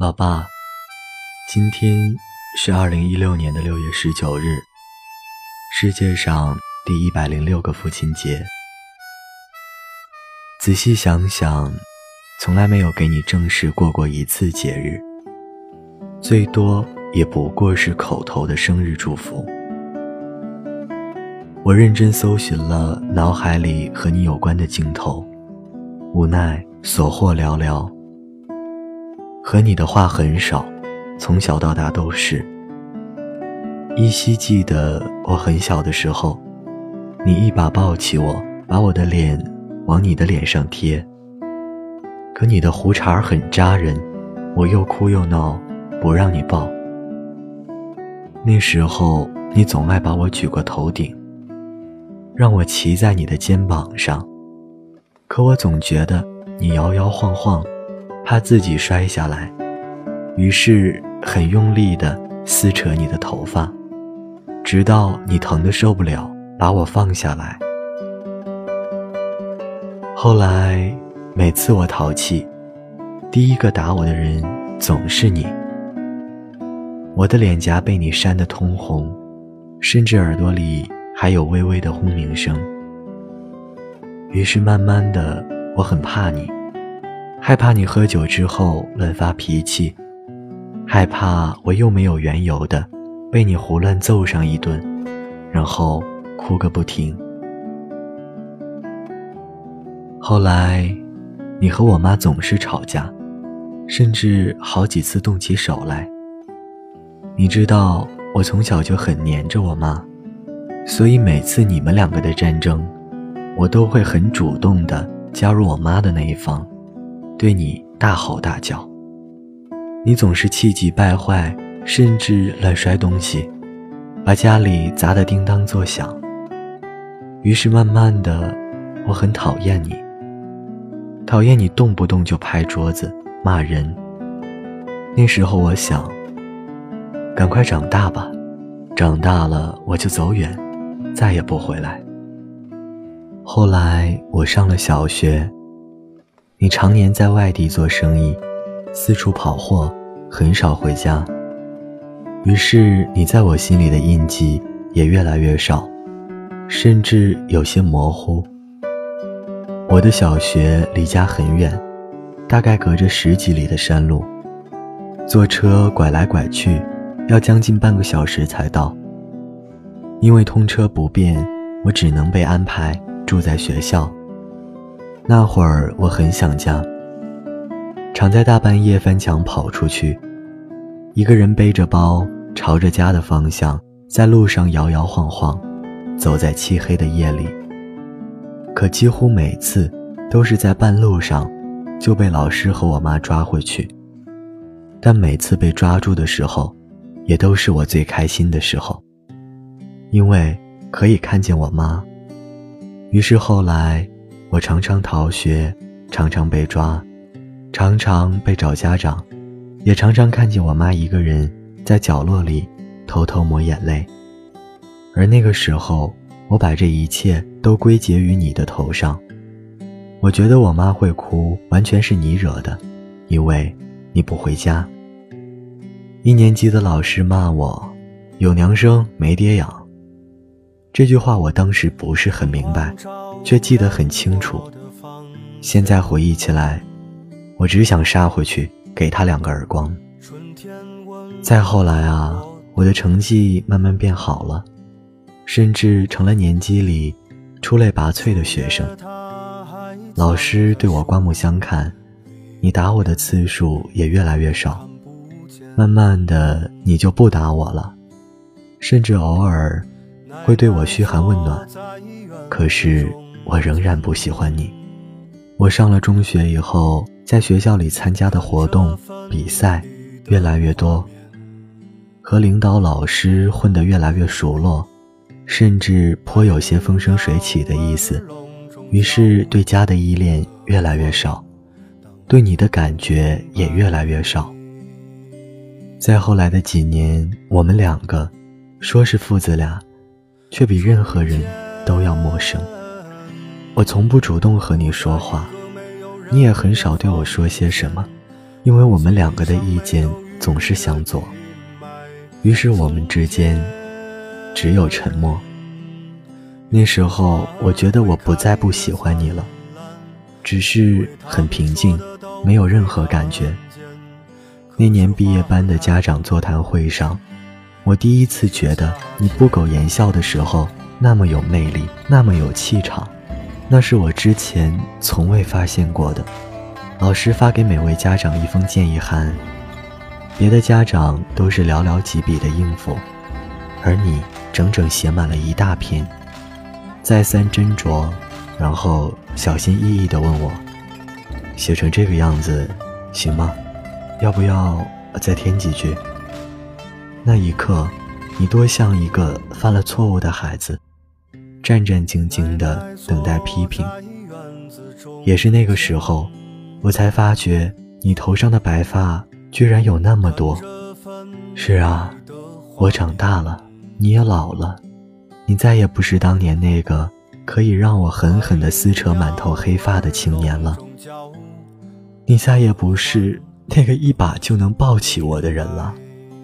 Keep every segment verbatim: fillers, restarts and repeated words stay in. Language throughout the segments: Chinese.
老爸，今天是二零一六年的六月十九日，世界上第一百零六个父亲节。仔细想想，从来没有给你正式过过一次节日，最多也不过是口头的生日祝福。我认真搜寻了脑海里和你有关的镜头，无奈所获寥寥。和你的话很少，从小到大都是。依稀记得我很小的时候，你一把抱起我，把我的脸往你的脸上贴。可你的胡茬很扎人，我又哭又闹，不让你抱。那时候你总爱把我举过头顶，让我骑在你的肩膀上，可我总觉得你摇摇晃晃，怕自己摔下来，于是很用力地撕扯你的头发，直到你疼得受不了，把我放下来。后来每次我淘气，第一个打我的人总是你。我的脸颊被你扇得通红，甚至耳朵里还有微微的轰鸣声。于是慢慢的，我很怕你，害怕你喝酒之后乱发脾气，害怕我又没有缘由的被你胡乱揍上一顿，然后哭个不停。后来你和我妈总是吵架，甚至好几次动起手来。你知道我从小就很黏着我妈，所以每次你们两个的战争，我都会很主动地加入我妈的那一方，对你大吼大叫。你总是气急败坏，甚至乱摔东西，把家里砸得叮当作响。于是慢慢的，我很讨厌你，讨厌你动不动就拍桌子骂人。那时候我想，赶快长大吧，长大了我就走远，再也不回来。后来我上了小学，你常年在外地做生意，四处跑货，很少回家，于是你在我心里的印记也越来越少，甚至有些模糊。我的小学离家很远，大概隔着十几里的山路，坐车拐来拐去，要将近半个小时才到。因为通车不便，我只能被安排住在学校。那会儿我很想家，常在大半夜翻墙跑出去，一个人背着包，朝着家的方向，在路上摇摇晃晃，走在漆黑的夜里。可几乎每次都是在半路上就被老师和我妈抓回去，但每次被抓住的时候，也都是我最开心的时候，因为可以看见我妈。于是后来我常常逃学，常常被抓，常常被找家长，也常常看见我妈一个人在角落里偷偷抹眼泪。而那个时候，我把这一切都归结于你的头上。我觉得我妈会哭，完全是你惹的，因为你不回家。一年级的老师骂我，有娘生没爹养。这句话我当时不是很明白，却记得很清楚。现在回忆起来，我只想杀回去，给他两个耳光。再后来啊，我的成绩慢慢变好了，甚至成了年级里出类拔萃的学生。老师对我刮目相看，你打我的次数也越来越少。慢慢的，你就不打我了，甚至偶尔会对我嘘寒问暖。可是我仍然不喜欢你。我上了中学以后，在学校里参加的活动比赛越来越多，和领导老师混得越来越熟络，甚至颇有些风生水起的意思。于是对家的依恋越来越少，对你的感觉也越来越少。再后来的几年，我们两个说是父子俩，却比任何人都要陌生。我从不主动和你说话，你也很少对我说些什么， 因为我们两个的意见总是相左，于是我们之间只有沉默。那时候我觉得我不再不喜欢你了，只是很平静，没有任何感觉。那年毕业班的家长座谈会上，我第一次觉得你不苟言笑的时候那么有魅力，那么有气场，那是我之前从未发现过的。老师发给每位家长一封建议函，别的家长都是寥寥几笔的应付，而你整整写满了一大篇，再三斟酌，然后小心翼翼地问我，写成这个样子行吗？要不要再添几句？那一刻，你多像一个犯了错误的孩子，战战兢兢地等待批评。也是那个时候，我才发觉你头上的白发居然有那么多。是啊，我长大了，你也老了，你再也不是当年那个可以让我狠狠地撕扯满头黑发的青年了，你再也不是那个一把就能抱起我的人了。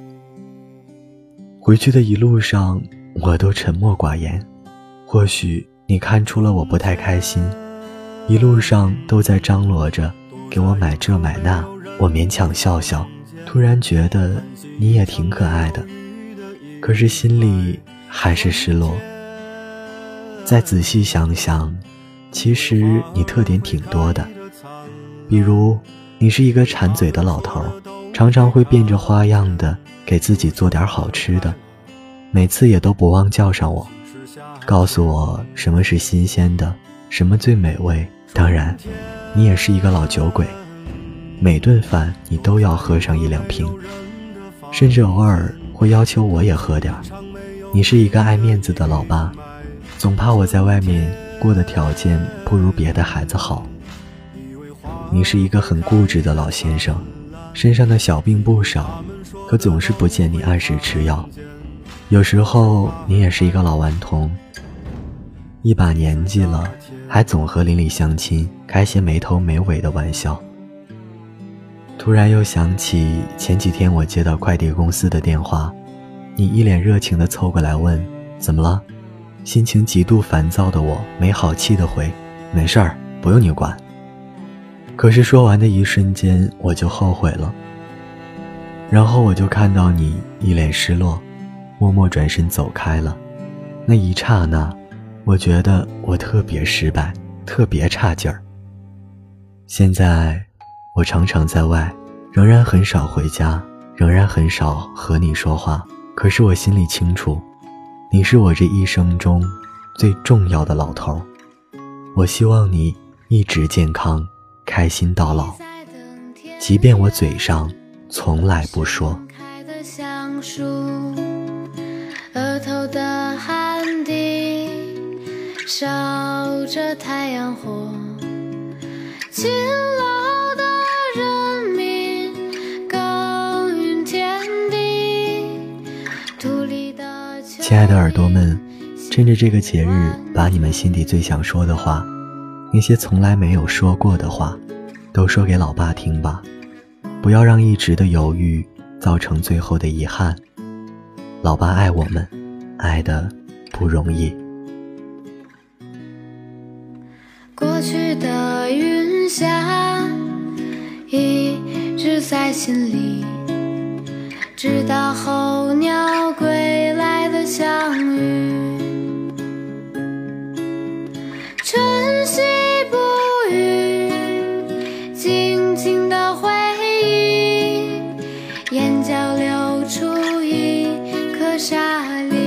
回去的一路上，我都沉默寡言，或许你看出了我不太开心，一路上都在张罗着给我买这买那，我勉强笑笑，突然觉得你也挺可爱的，可是心里还是失落。再仔细想想，其实你特点挺多的，比如你是一个馋嘴的老头，常常会变着花样的给自己做点好吃的，每次也都不忘叫上我，告诉我什么是新鲜的，什么最美味。当然你也是一个老酒鬼，每顿饭你都要喝上一两瓶，甚至偶尔会要求我也喝点。你是一个爱面子的老爸，总怕我在外面过的条件不如别的孩子好。你是一个很固执的老先生，身上的小病不少，可总是不见你按时吃药。有时候你也是一个老顽童，一把年纪了，还总和邻里乡亲开些没头没尾的玩笑。突然又想起前几天我接到快递公司的电话，你一脸热情地凑过来问怎么了，心情极度烦躁的我没好气地回，没事儿，不用你管。可是说完的一瞬间我就后悔了，然后我就看到你一脸失落，默默转身走开了。那一刹那，我觉得我特别失败，特别差劲儿。现在我常常在外，仍然很少回家，仍然很少和你说话，可是我心里清楚，你是我这一生中最重要的老头。我希望你一直健康，开心到老，即便我嘴上从来不说。 额头的汗滴烧着太阳火，勤劳的人民耕耘天地，土里的亲爱的耳朵们，趁着这个节日，把你们心底最想说的话，那些从来没有说过的话，都说给老爸听吧，不要让一直的犹豫造成最后的遗憾。老爸爱我们，爱得不容易。 过去的云霞一直在心里，直到候鸟归来的相遇，晨曦不语，静静的回忆，眼角流出一颗沙粒。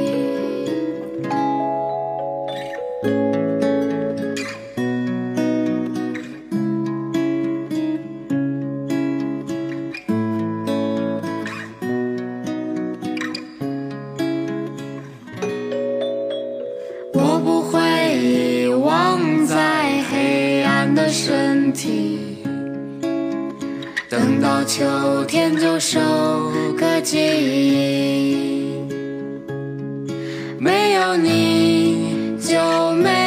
我不会遗忘在黑暗的身体，等到秋天就收割记忆，没有你就没